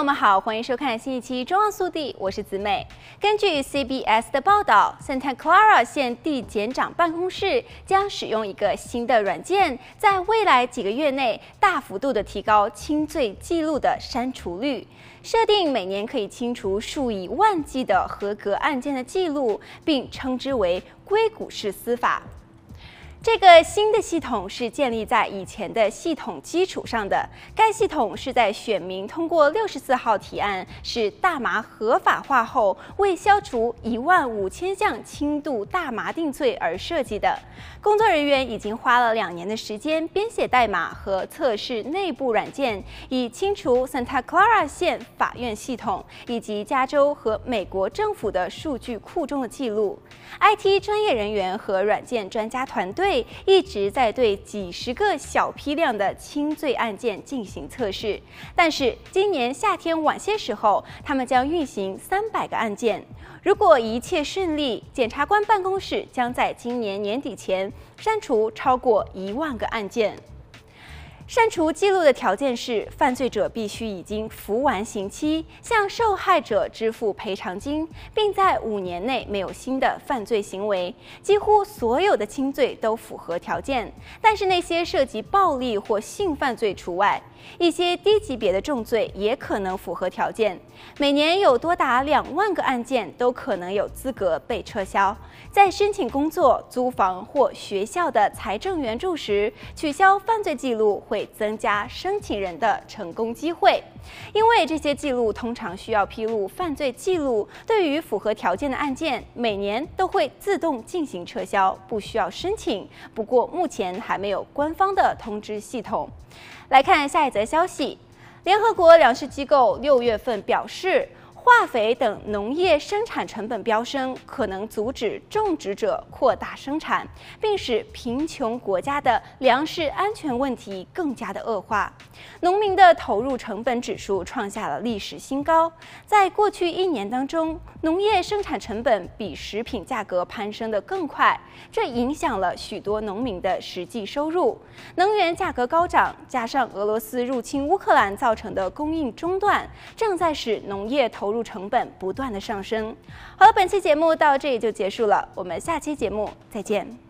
们好，欢迎收看新一期《中央速递》，我是子美。根据 CBS 的报道 ，Santa Clara 县地检长办公室将使用一个新的软件，在未来几个月内大幅度的提高轻罪记录的删除率，设定每年可以清除数以万计的合格案件的记录，并称之为硅谷式司法。 这个新的系统是建立在以前的系统基础上的。该系统是在选民通过64号提案，使大麻合法化后，为消除15000项轻度大麻定罪而设计的。工作人员已经花了2年的时间编写代码和测试内部软件，以清除 Santa Clara 县法院系统以及加州和美国政府的数据库中的记录。IT 专业人员和软件专家团队 一直在对几十个小批量的轻罪案件进行测试，但是今年夏天晚些时候，他们将运行300个案件。如果一切顺利，检察官办公室将在今年年底前删除超过1万个案件。 删除记录的条件是，犯罪者必须已经服完刑期，向受害者支付赔偿金，并在5年内没有新的犯罪行为。几乎所有的轻罪都符合条件，但是那些涉及暴力或性犯罪除外。一些低级别的重罪也可能符合条件。每年有多达2万个案件都可能有资格被撤销。在申请工作、租房或学校的财政援助时，取消犯罪记录会增加申请人的成功机会，因为这些记录通常需要披露犯罪记录。对于符合条件的案件，每年都会自动进行撤销，不需要申请。不过目前还没有官方的通知系统。来看下一则消息，联合国粮食机构6月份表示， 化肥等农业生产成本飙升，可能阻止种植者扩大生产，并使贫穷国家的粮食安全问题更加的恶化。农民的投入成本指数创下了历史新高。在过去1年当中，农业生产成本比食品价格攀升得更快，这影响了许多农民的实际收入。能源价格高涨，加上俄罗斯入侵乌克兰造成的供应中断，正在使农业投入 成本不断的上升。好了，本期节目到这里就结束了，我们下期节目再见。